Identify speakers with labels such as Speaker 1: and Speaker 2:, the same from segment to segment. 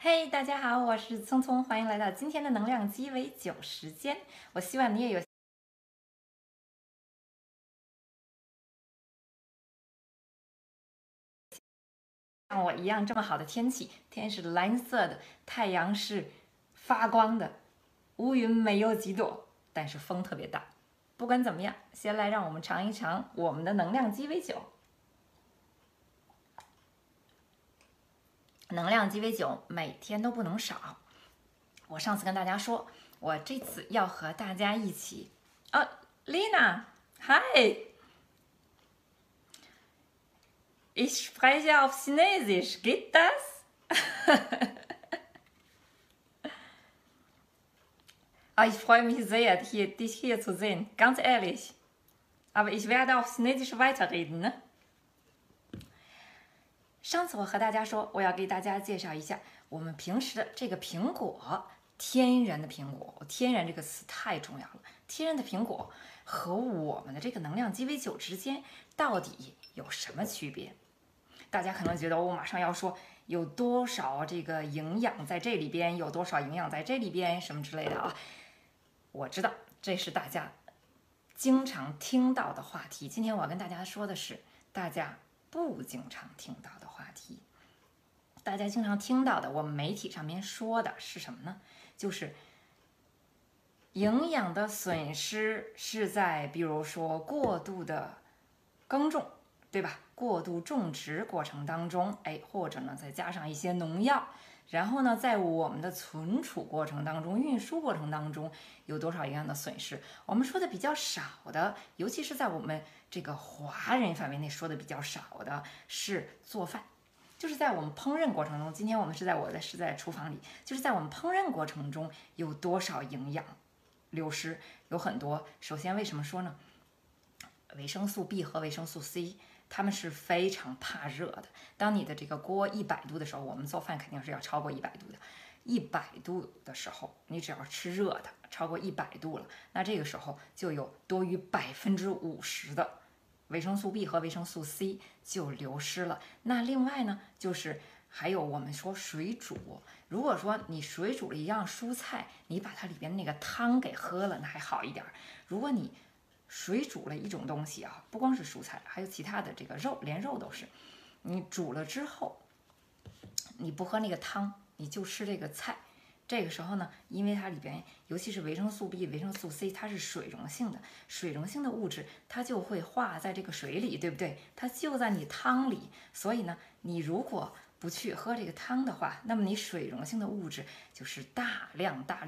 Speaker 1: 嘿，大家好，我是聪聪，欢迎来到今天的能量鸡尾酒时间。我希望你也有像我一样这么好的天气，天是蓝色的，太阳是发光的，乌云没有几朵，但是风特别大。不管怎么样，先来让我们尝一尝我们的能量鸡尾酒。能量鸡尾酒每天都不能少。我上次跟大家说，我这次要和大家一起。Lina，嗨。Ich spreche auf Chinesisch. Geht das? Ich freue mich sehr, dich hier zu sehen. Ganz ehrlich. Aber ich werde auf Chinesisch weiterreden, ne? 上次我和大家说，我要给大家介绍一下我们平时的这个苹果，天然的苹果。天然这个词太重要了。天然的苹果和我们的这个能量鸡尾酒之间到底有什么区别？大家可能觉得我马上要说有多少这个营养在这里边，有多少营养在这里边，什么之类的啊。我知道这是大家经常听到的话题。今天我要跟大家说的是大家不经常听到的话题。大家经常听到的，我们媒体上面说的是什么呢？就是营养的损失是在比如说过度的耕种，对吧？过度种植过程当中，或者呢再加上一些农药，然后呢在我们的存储过程当中、运输过程当中有多少营养的损失？我们说的比较少的，尤其是在我们这个华人范围内说的比较少的是做饭。就是在我们烹饪过程中，今天我们是在厨房里，就是在我们烹饪过程中有多少营养流失，有很多。首先为什么说呢？维生素 B 和维生素 C， 它们是非常怕热的。当你的这个锅100度的时候，我们做饭肯定是要超过100度的。100度的时候，你只要吃热的，超过100度了，那这个时候就有多于50%的维生素 B 和维生素 C 就流失了。那另外呢，就是还有我们说水煮，如果说你水煮了一样蔬菜，你把它里边那个汤给喝了，那还好一点。如果你水煮了一种东西啊，不光是蔬菜，还有其他的这个肉，连肉都是。你煮了之后，你不喝那个汤，你就吃这个菜。这个时候呢，因为它里边，尤其是维生素 B、维生素 C， 它是水溶性的，水溶性的物质它就会化在这个水里，对不对？它就在你汤里，所以呢，你如果不去喝这个汤的话，那么你水溶性的物质就是大量的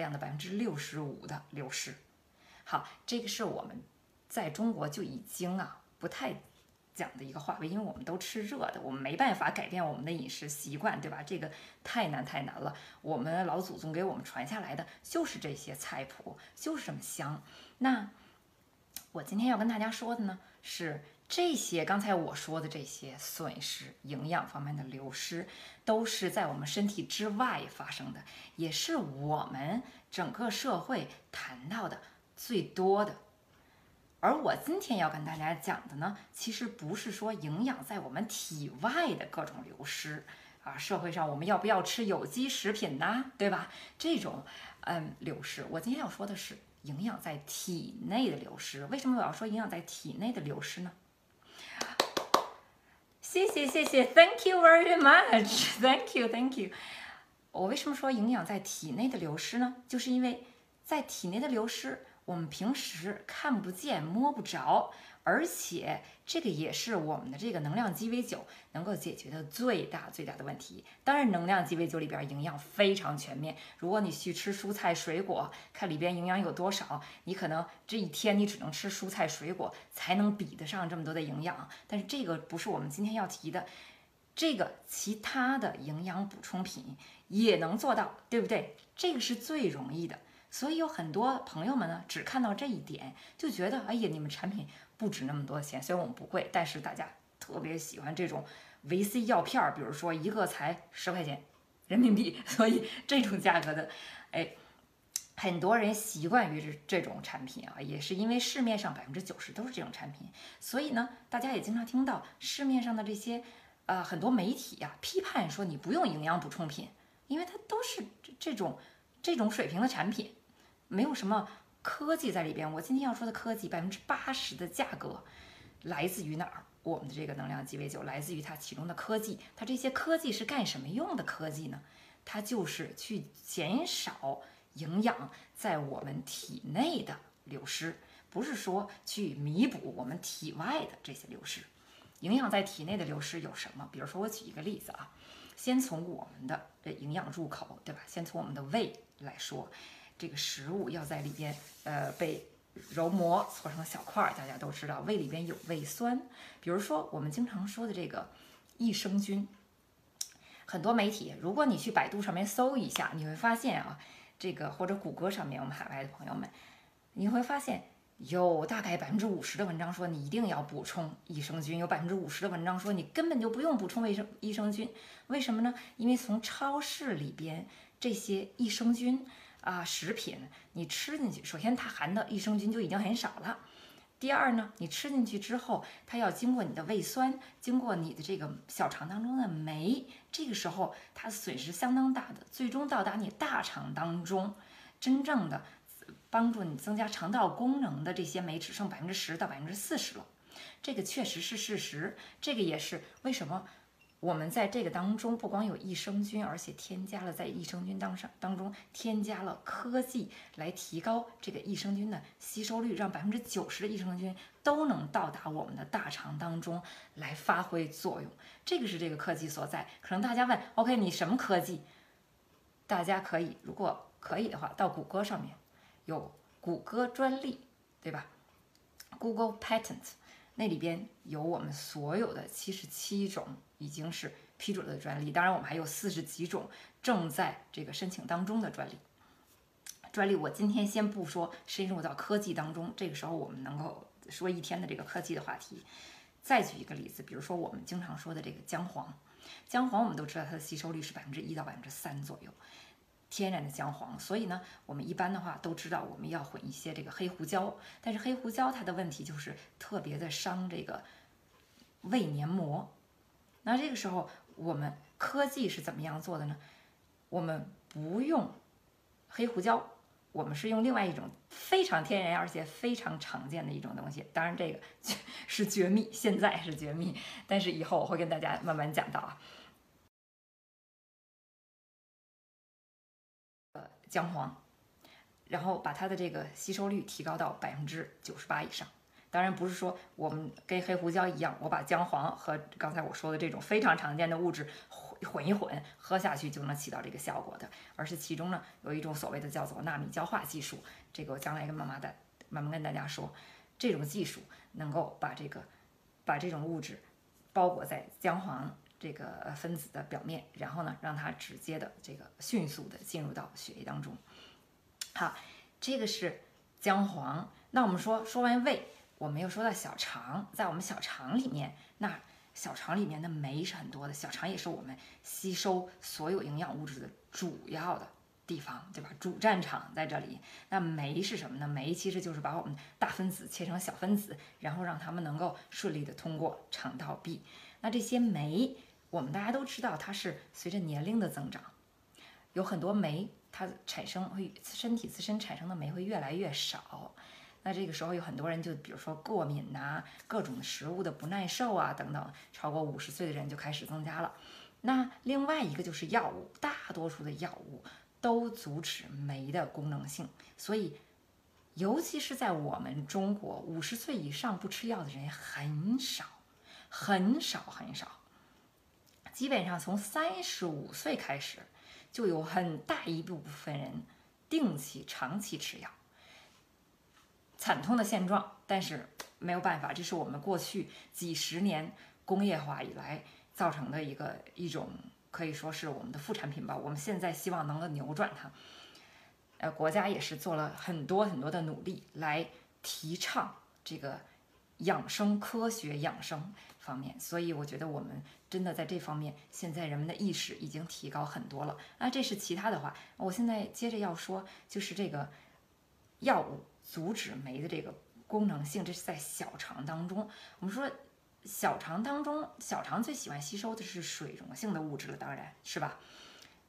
Speaker 1: 65%的流失。好，这个是我们在中国就已经不太讲的一个话，因为我们都吃热的，我们没办法改变我们的饮食习惯，对吧？这个太难了。我们老祖宗给我们传下来的就是这些菜谱，就是这么香。那我今天要跟大家说的呢，是这些刚才我说的这些损失，营养方面的流失，都是在我们身体之外发生的，也是我们整个社会谈到的最多的。而我今天要跟大家讲的呢，其实不是说营养在我们体外的各种流失社会上我们要不要吃有机食品呢？对吧？这种流失，我今天要说的是营养在体内的流失。为什么我要说营养在体内的流失呢？谢谢，Thank you very much，Thank you。我为什么说营养在体内的流失呢？就是因为在体内的流失，我们平时看不见摸不着，而且这个也是我们的这个能量鸡尾酒能够解决的最大的问题。当然，能量鸡尾酒里边营养非常全面。如果你去吃蔬菜水果，看里边营养有多少，你可能这一天你只能吃蔬菜水果才能比得上这么多的营养。但是这个不是我们今天要提的。这个其他的营养补充品也能做到，对不对？这个是最容易的。所以有很多朋友们呢，只看到这一点，就觉得哎呀，你们产品不值那么多钱。虽然我们不贵，但是大家特别喜欢这种维 C 药片，比如说一个才10块钱人民币，所以这种价格的，很多人习惯于这种产品也是因为市面上90%都是这种产品，所以呢，大家也经常听到市面上的这些很多媒体批判说你不用营养补充品， 因为它都是这种水平的产品，没有什么科技在里边。我今天要说的科技，80%的价格来自于哪儿？我们的这个能量鸡尾酒来自于它其中的科技。它这些科技是干什么用的科技呢？它就是去减少营养在我们体内的流失，不是说去弥补我们体外的这些流失。营养在体内的流失有什么？比如说我举一个例子啊，先从我们的营养入口，对吧？先从我们的胃来说，这个食物要在里边被揉磨搓成小块儿，大家都知道胃里边有胃酸。比如说我们经常说的这个益生菌，很多媒体，如果你去百度上面搜一下，你会发现啊，这个或者谷歌上面，我们海外的朋友们，你会发现有大概50%的文章说你一定要补充益生菌，有50%的文章说你根本就不用补充益生菌。为什么呢？因为从超市里边这些益生菌食品你吃进去，首先它含的益生菌就已经很少了。第二呢，你吃进去之后，它要经过你的胃酸，经过你的这个小肠当中的酶，这个时候它损失相当大的，最终到达你大肠当中，真正的帮助你增加肠道功能的这些酶只剩10%到40%了。这个确实是事实，这个也是为什么我们在这个当中不光有益生菌，而且添加了在益生菌当中添加了科技来提高这个益生菌的吸收率，让90%的益生菌都能到达我们的大肠当中来发挥作用。这个是这个科技所在。可能大家问 ，OK， 你什么科技？大家可以，如果可以的话，到谷歌上面有谷歌专利，对吧 ？Google Patent。那里边有我们所有的77种已经是批准了的专利，当然我们还有40几种正在这个申请当中的专利。专利我今天先不说深入到科技当中，这个时候我们能够说一天的这个科技的话题。再举一个例子，比如说我们经常说的这个姜黄，姜黄我们都知道它的吸收率是1%到3%左右。天然的姜黄，所以呢，我们一般的话都知道我们要混一些这个黑胡椒，但是黑胡椒它的问题就是特别的伤这个胃黏膜。那这个时候我们科技是怎么样做的呢？我们不用黑胡椒，我们是用另外一种非常天然而且非常常见的一种东西，当然这个是绝密，现在是绝密，但是以后我会跟大家慢慢讲到啊。姜黄，然后把它的这个吸收率提高到98%以上。当然不是说我们跟黑胡椒一样，我把姜黄和刚才我说的这种非常常见的物质混一混，喝下去就能起到这个效果的，而是其中呢有一种所谓的叫做纳米焦化技术。这个我将来慢慢跟大家说，这种技术能够把这种物质包裹在姜黄这个分子的表面，然后呢，让它直接的这个迅速的进入到血液当中。好，这个是姜黄。那我们说完胃，我们又说到小肠，在我们小肠里面，那小肠里面的酶是很多的，小肠也是我们吸收所有营养物质的主要的地方，对吧？主战场在这里。那酶是什么呢？酶其实就是把我们大分子切成小分子，然后让它们能够顺利的通过肠道壁。那这些酶，我们大家都知道，它是随着年龄的增长，有很多酶它身体自身产生的酶会越来越少。那这个时候有很多人就比如说过敏呐、各种食物的不耐受啊等等，超过50岁的人就开始增加了。那另外一个就是药物，大多数的药物都阻止酶的功能性，所以尤其是在我们中国，50岁以上不吃药的人很少，很少很少。基本上从35岁开始，就有很大一部分人定期长期吃药。惨痛的现状，但是没有办法，这是我们过去几十年工业化以来造成的一种可以说是我们的副产品吧。我们现在希望能够扭转它，国家也是做了很多很多的努力来提倡这个养生科学养生方面，所以我觉得我们真的在这方面，现在人们的意识已经提高很多了。这是其他的话，我现在接着要说，就是这个药物阻止酶的这个功能性，这是在小肠当中。我们说小肠当中，小肠最喜欢吸收的是水溶性的物质了，当然是吧？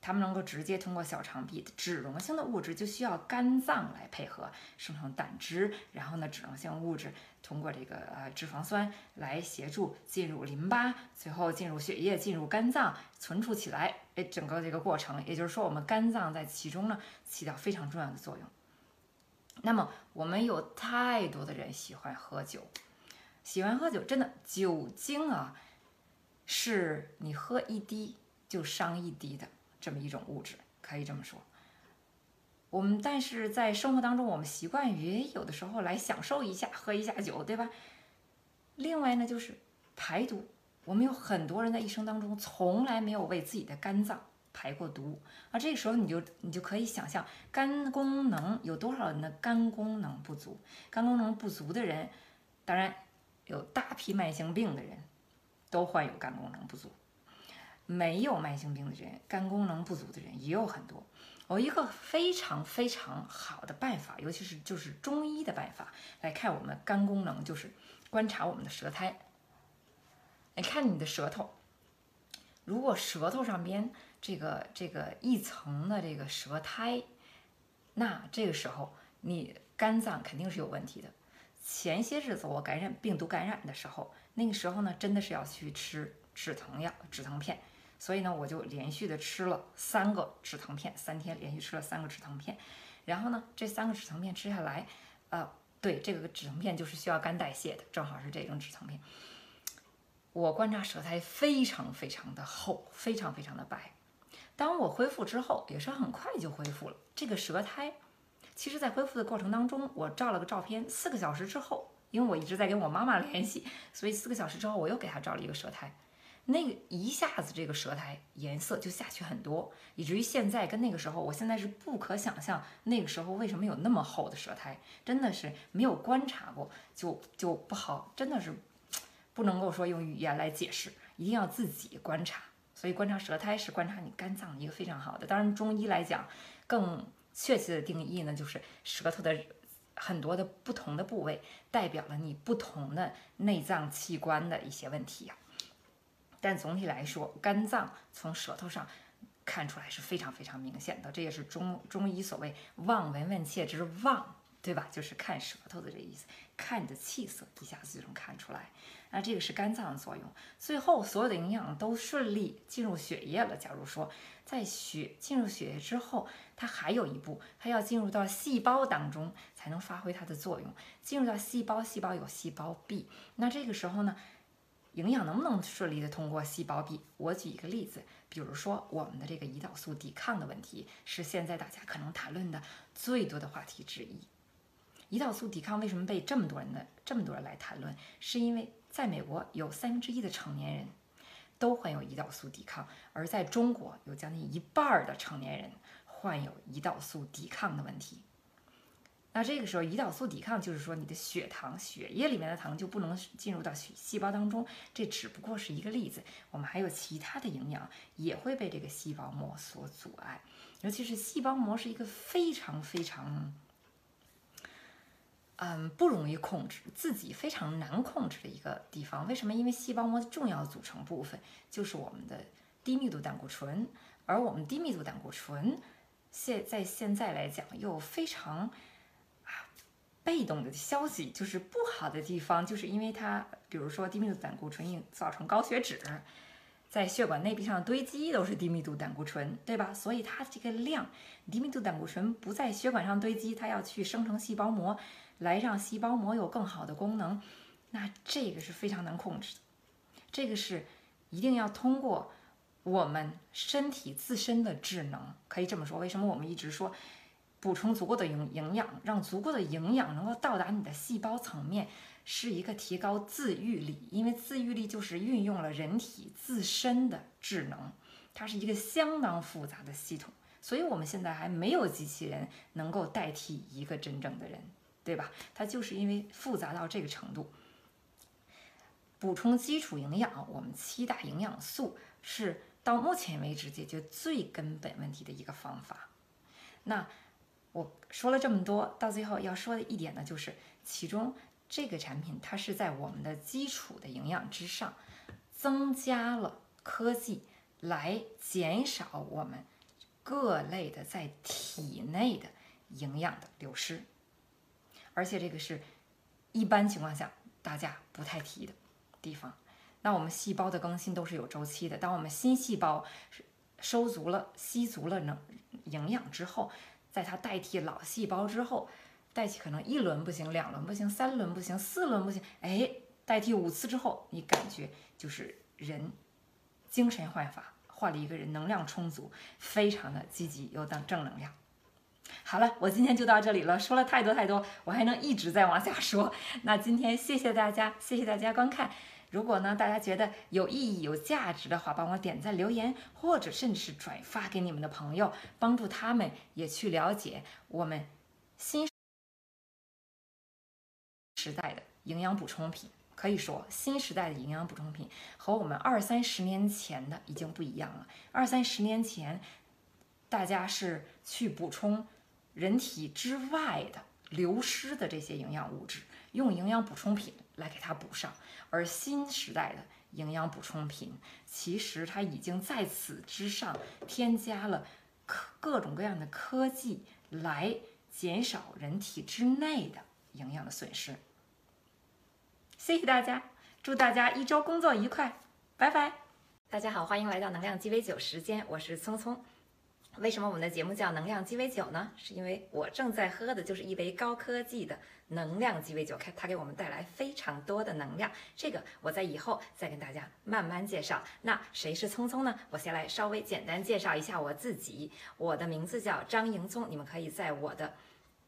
Speaker 1: 它们能够直接通过小肠壁，脂溶性的物质就需要肝脏来配合生成胆汁，然后呢，脂溶性物质通过这个脂肪酸来协助进入淋巴，随后进入血液，进入肝脏存储起来。整个这个过程，也就是说，我们肝脏在其中呢起到非常重要的作用。那么我们有太多的人喜欢喝酒，真的酒精啊，是你喝一滴就伤一滴的这么一种物质，可以这么说。但是在生活当中，我们习惯于有的时候来享受一下，喝一下酒，对吧？另外呢，就是排毒。我们有很多人在一生当中从来没有为自己的肝脏排过毒，这个时候你就可以想象，肝功能有多少人的肝功能不足？肝功能不足的人，当然有大批慢性病的人都患有肝功能不足。没有慢性病的人，肝功能不足的人也有很多。有一个非常非常好的办法，尤其是就是中医的办法来看我们肝功能，就是观察我们的舌苔。你看你的舌头，如果舌头上边这个一层的这个舌苔，那这个时候你肝脏肯定是有问题的。前些日子我病毒感染的时候，那个时候呢，真的是要去吃止疼药、止疼片。所以呢，我就连续的吃了3个止疼片，3天连续吃了3个止疼片。然后呢，这3个止疼片吃下来，对，这个止疼片就是需要肝代谢的，正好是这种止疼片。我观察舌苔非常非常的厚，非常非常的白。当我恢复之后，也是很快就恢复了。这个舌苔，其实在恢复的过程当中，我照了个照片，4个小时之后，因为我一直在跟我妈妈联系，所以4个小时之后，我又给她照了一个舌苔。那个一下子这个舌苔颜色就下去很多，以至于现在跟那个时候，我现在是不可想象那个时候为什么有那么厚的舌苔，真的是没有观察过，就不好，真的是不能够说用语言来解释，一定要自己观察。所以观察舌苔是观察你肝脏的一个非常好的。当然中医来讲，更确切的定义呢，就是舌头的很多的不同的部位代表了你不同的内脏器官的一些问题呀。但总体来说，肝脏从舌头上看出来是非常非常明显的，这也是中医所谓望闻问切之望，对吧？就是看舌头的这意思，看你的气色，一下子就能看出来。那这个是肝脏的作用。最后所有的营养都顺利进入血液了。假如说在进入血液之后，它还有一步，它要进入到细胞当中才能发挥它的作用。进入到细胞，细胞有细胞壁，那这个时候呢，营养能不能顺利的通过细胞壁？我举一个例子，比如说我们的这个胰岛素抵抗的问题，是现在大家可能谈论的最多的话题之一。胰岛素抵抗为什么被这么多人来谈论？是因为在美国有1/3的成年人都患有胰岛素抵抗，而在中国有将近1半的成年人患有胰岛素抵抗的问题。那这个时候，胰岛素抵抗就是说，你的血液里面的糖就不能进入到细胞当中，这只不过是一个例子。我们还有其他的营养也会被这个细胞膜所阻碍，尤其是细胞膜是一个非常非常不容易控制，自己非常难控制的一个地方。为什么？因为细胞膜的重要组成部分就是我们的低密度胆固醇，而我们低密度胆固醇在现在来讲又非常被动的消息，就是不好的地方，就是因为它，比如说低密度胆固醇造成高血脂，在血管内壁上堆积都是低密度胆固醇，对吧？所以它这个量，低密度胆固醇不在血管上堆积，它要去生成细胞膜，来让细胞膜有更好的功能，那这个是非常难控制的，这个是一定要通过我们身体自身的智能，可以这么说。为什么我们一直说补充足够的营养，让足够的营养能够到达你的细胞层面，是一个提高自愈力。因为自愈力就是运用了人体自身的智能，它是一个相当复杂的系统。所以我们现在还没有机器人能够代替一个真正的人，对吧？它就是因为复杂到这个程度。补充基础营养，我们7大营养素是到目前为止解决最根本问题的一个方法。那我说了这么多，到最后要说的一点呢，就是其中这个产品它是在我们的基础的营养之上，增加了科技来减少我们各类的在体内的营养的流失，而且这个是一般情况下大家不太提的地方。那我们细胞的更新都是有周期的，当我们新细胞吸足了营养之后，在它代替老细胞之后，代替可能1轮不行，2轮不行，3轮不行，4轮不行，代替5次之后，你感觉就是人精神焕发，换了一个人，能量充足，非常的积极又正能量。好了，我今天就到这里了，说了太多，我还能一直在往下说。那今天谢谢大家观看。如果呢大家觉得有意义、有价值的话，帮我点赞、留言，或者甚至是转发给你们的朋友，帮助他们也去了解我们新时代的营养补充品。可以说，新时代的营养补充品和我们20-30年前的已经不一样了。20-30年前，大家是去补充人体之外的流失的这些营养物质，用营养补充品来给它补上。而新时代的营养补充品，其实它已经在此之上添加了各种各样的科技，来减少人体之内的营养的损失。谢谢大家，祝大家一周工作愉快，拜拜。大家好，欢迎来到能量鸡尾酒时间，我是聪聪。为什么我们的节目叫能量鸡尾酒呢？是因为我正在喝的就是一杯高科技的能量鸡尾酒，它给我们带来非常多的能量。这个我在以后再跟大家慢慢介绍。那谁是聪聪呢？我先来稍微简单介绍一下我自己。我的名字叫张迎聪，你们可以在我的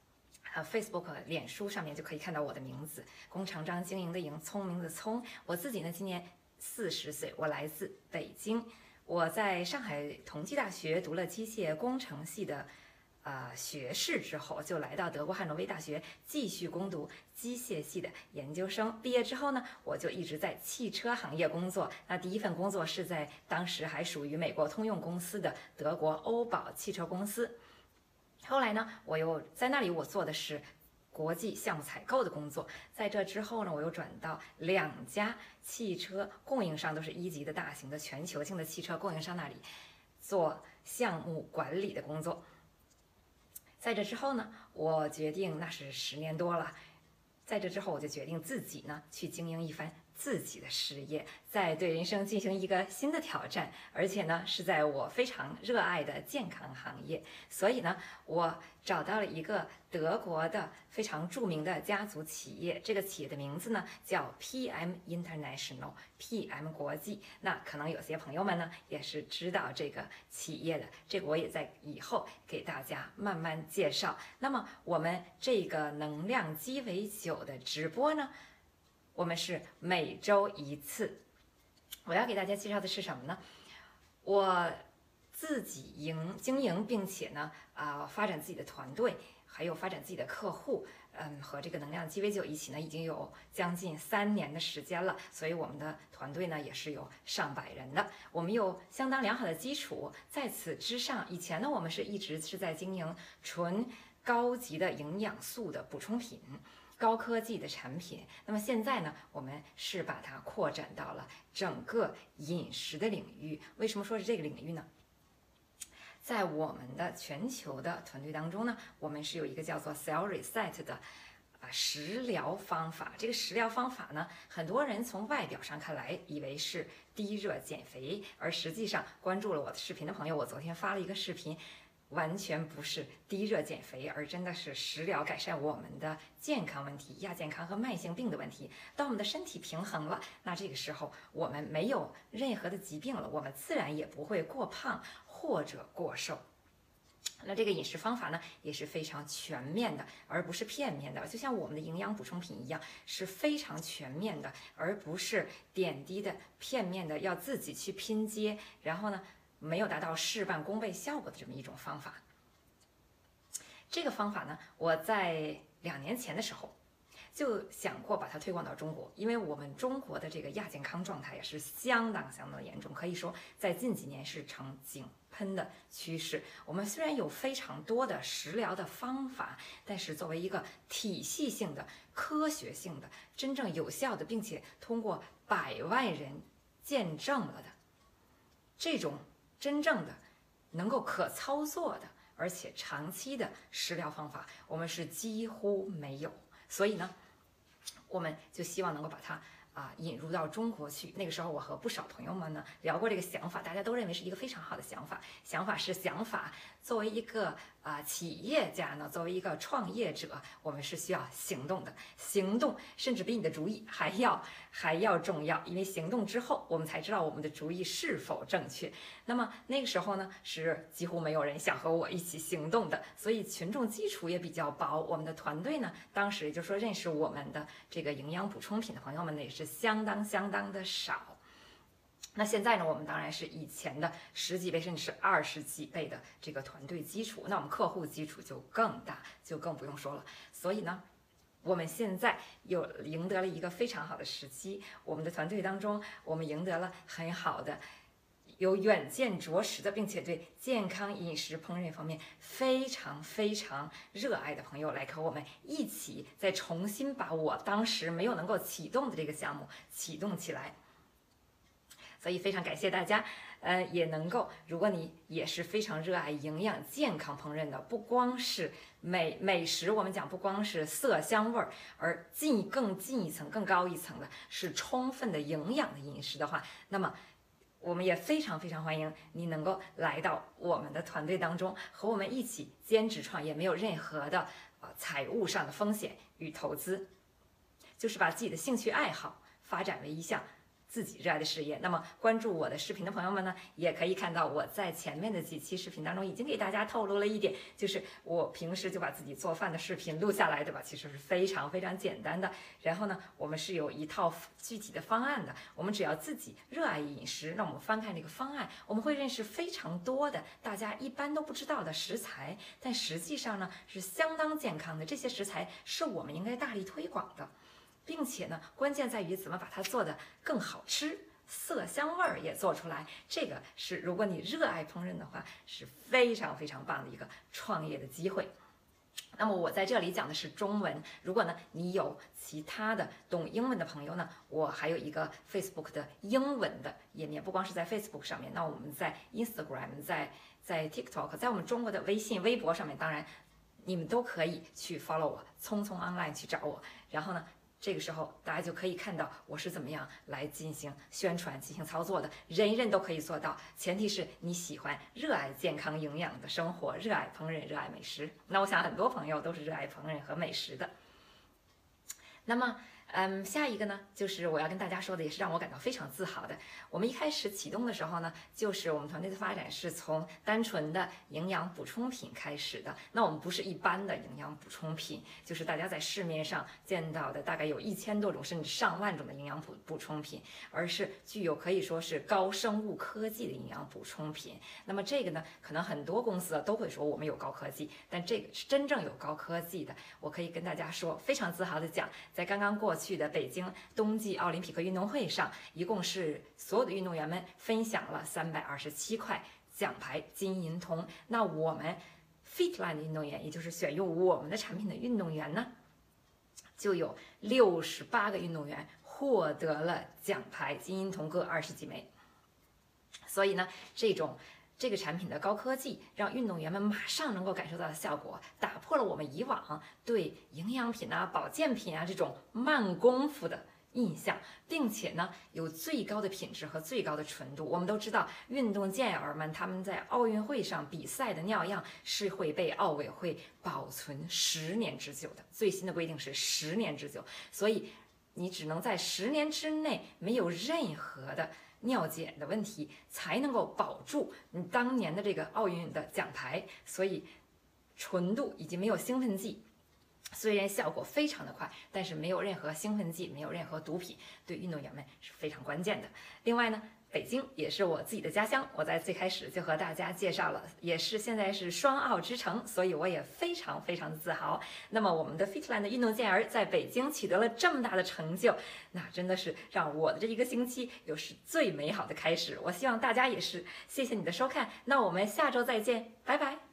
Speaker 1: Facebook 脸书上面就可以看到我的名字，弓长张，经营的营，聪明的聪。我自己呢今年40岁，我来自北京。我在上海同济大学读了机械工程系的学士之后，就来到德国汉诺威大学继续攻读机械系的研究生。毕业之后呢，我就一直在汽车行业工作。那第一份工作是在当时还属于美国通用公司的德国欧宝汽车公司。后来呢，我又在那里我做的是国际项目采购的工作。在这之后呢，我又转到2家汽车供应商，都是1级的大型的全球性的汽车供应商那里做项目管理的工作。在这之后呢，我决定，那是10年多了，在这之后我就决定自己呢去经营一番自己的事业，再对人生进行一个新的挑战，而且呢是在我非常热爱的健康行业。所以呢，我找到了一个德国的非常著名的家族企业，这个企业的名字呢叫 PM International，PM 国际。那可能有些朋友们呢也是知道这个企业的，这个我也在以后给大家慢慢介绍。那么我们这个能量鸡尾酒的直播呢，我们是每周1次。我要给大家介绍的是什么呢？我自己经营，并且呢发展自己的团队，还有发展自己的客户。和这个能量鸡尾酒一起呢，已经有将近3年的时间了，所以我们的团队呢也是有上百人的，我们有相当良好的基础。在此之上，以前呢我们一直是在经营纯高级的营养素的补充品，高科技的产品。那么现在呢，我们是把它扩展到了整个饮食的领域。为什么说是这个领域呢？在我们的全球的团队当中呢，我们是有一个叫做 Cell Reset 的食疗方法。这个食疗方法呢，很多人从外表上看来以为是低热减肥，而实际上关注了我的视频的朋友，我昨天发了一个视频，完全不是低热减肥，而真的是食疗改善我们的健康问题、亚健康和慢性病的问题。当我们的身体平衡了，那这个时候我们没有任何的疾病了，我们自然也不会过胖或者过瘦。那这个饮食方法呢，也是非常全面的，而不是片面的。就像我们的营养补充品一样，是非常全面的，而不是点滴的、片面的，要自己去拼接，然后呢，没有达到事半功倍效果的这么一种方法。这个方法呢，我在2年前的时候就想过把它推广到中国，因为我们中国的这个亚健康状态也是相当严重，可以说在近几年是呈井喷的趋势。我们虽然有非常多的食疗的方法，但是作为一个体系性的、科学性的、真正有效的，并且通过100万人见证了的这种真正的能够可操作的，而且长期的食疗方法，我们是几乎没有。所以呢，我们就希望能够把它引入到中国去。那个时候，我和不少朋友们呢聊过这个想法，大家都认为是一个非常好的想法。想法，作为一个企业家呢，作为一个创业者，我们是需要行动的。行动甚至比你的主意还要重要，因为行动之后，我们才知道我们的主意是否正确。那么那个时候呢，是几乎没有人想和我一起行动的，所以群众基础也比较薄。我们的团队呢，当时也就是说认识我们的这个营养补充品的朋友们呢，也是相当的少。那现在呢，我们当然是以前的10几倍甚至是20几倍的这个团队基础，那我们客户基础就更大，就更不用说了。所以呢，我们现在又赢得了一个非常好的时机，我们的团队当中，我们赢得了很好的有远见卓识的，并且对健康饮食烹饪方面非常热爱的朋友来和我们一起再重新把我当时没有能够启动的这个项目启动起来。所以非常感谢大家，也能够，如果你也是非常热爱营养健康烹饪的，不光是美食，我们讲不光是色香味儿，而更进一层、更高一层的是充分的营养的饮食的话，那么我们也非常欢迎你能够来到我们的团队当中，和我们一起兼职创业，没有任何的财务上的风险与投资，就是把自己的兴趣爱好发展为一项自己热爱的事业。那么关注我的视频的朋友们呢，也可以看到我在前面的几期视频当中已经给大家透露了一点，就是我平时就把自己做饭的视频录下来，对吧？其实是非常简单的。然后呢，我们是有一套具体的方案的，我们只要自己热爱饮食，那我们翻看这个方案，我们会认识非常多的大家一般都不知道的食材，但实际上呢是相当健康的。这些食材是我们应该大力推广的。并且呢，关键在于怎么把它做得更好吃，色香味儿也做出来。这个是如果你热爱烹饪的话，是非常棒的一个创业的机会。那么我在这里讲的是中文，如果呢你有其他的懂英文的朋友呢，我还有一个 Facebook 的英文的页面，不光是在 Facebook 上面，那我们在 Instagram、在 TikTok、在我们中国的微信、微博上面，当然你们都可以去 follow 我，匆匆 online 去找我，然后呢，这个时候大家就可以看到我是怎么样来进行宣传、进行操作的，人都可以做到，前提是你喜欢、热爱健康营养的生活，热爱烹饪、热爱美食。那我想很多朋友都是热爱烹饪和美食的。那么下一个呢，就是我要跟大家说的，也是让我感到非常自豪的。我们一开始启动的时候呢，就是我们团队的发展是从单纯的营养补充品开始的。那我们不是一般的营养补充品，就是大家在市面上见到的大概有1000多种甚至上万种的营养补充品，而是具有可以说是高生物科技的营养补充品。那么这个呢，可能很多公司都会说我们有高科技，但这个是真正有高科技的。我可以跟大家说，非常自豪的讲，在刚刚过去的北京冬季奥林匹克运动会上，一共是所有的运动员们分享了327块奖牌，金银铜。那我们 Fitline 的运动员，也就是选用我们的产品的运动员呢，就有68个运动员获得了奖牌，金银铜各20几枚。所以呢，这个产品的高科技，让运动员们马上能够感受到的效果，打破了我们以往对营养品啊、保健品啊这种慢功夫的印象，并且呢，有最高的品质和最高的纯度。我们都知道，运动健儿们他们在奥运会上比赛的尿样是会被奥委会保存10年之久的，最新的规定是10年之久，所以你只能在10年之内没有任何的尿检的问题，才能够保住你当年的这个奥运的奖牌。所以纯度以及没有兴奋剂，虽然效果非常的快，但是没有任何兴奋剂，没有任何毒品，对运动员们是非常关键的。另外呢，北京也是我自己的家乡，我在最开始就和大家介绍了，也是现在是双奥之城，所以我也非常的自豪。那么我们的 Fitline 的运动健儿在北京取得了这么大的成就，那真的是让我的这一个星期又是最美好的开始。我希望大家也是，谢谢你的收看，那我们下周再见，拜拜。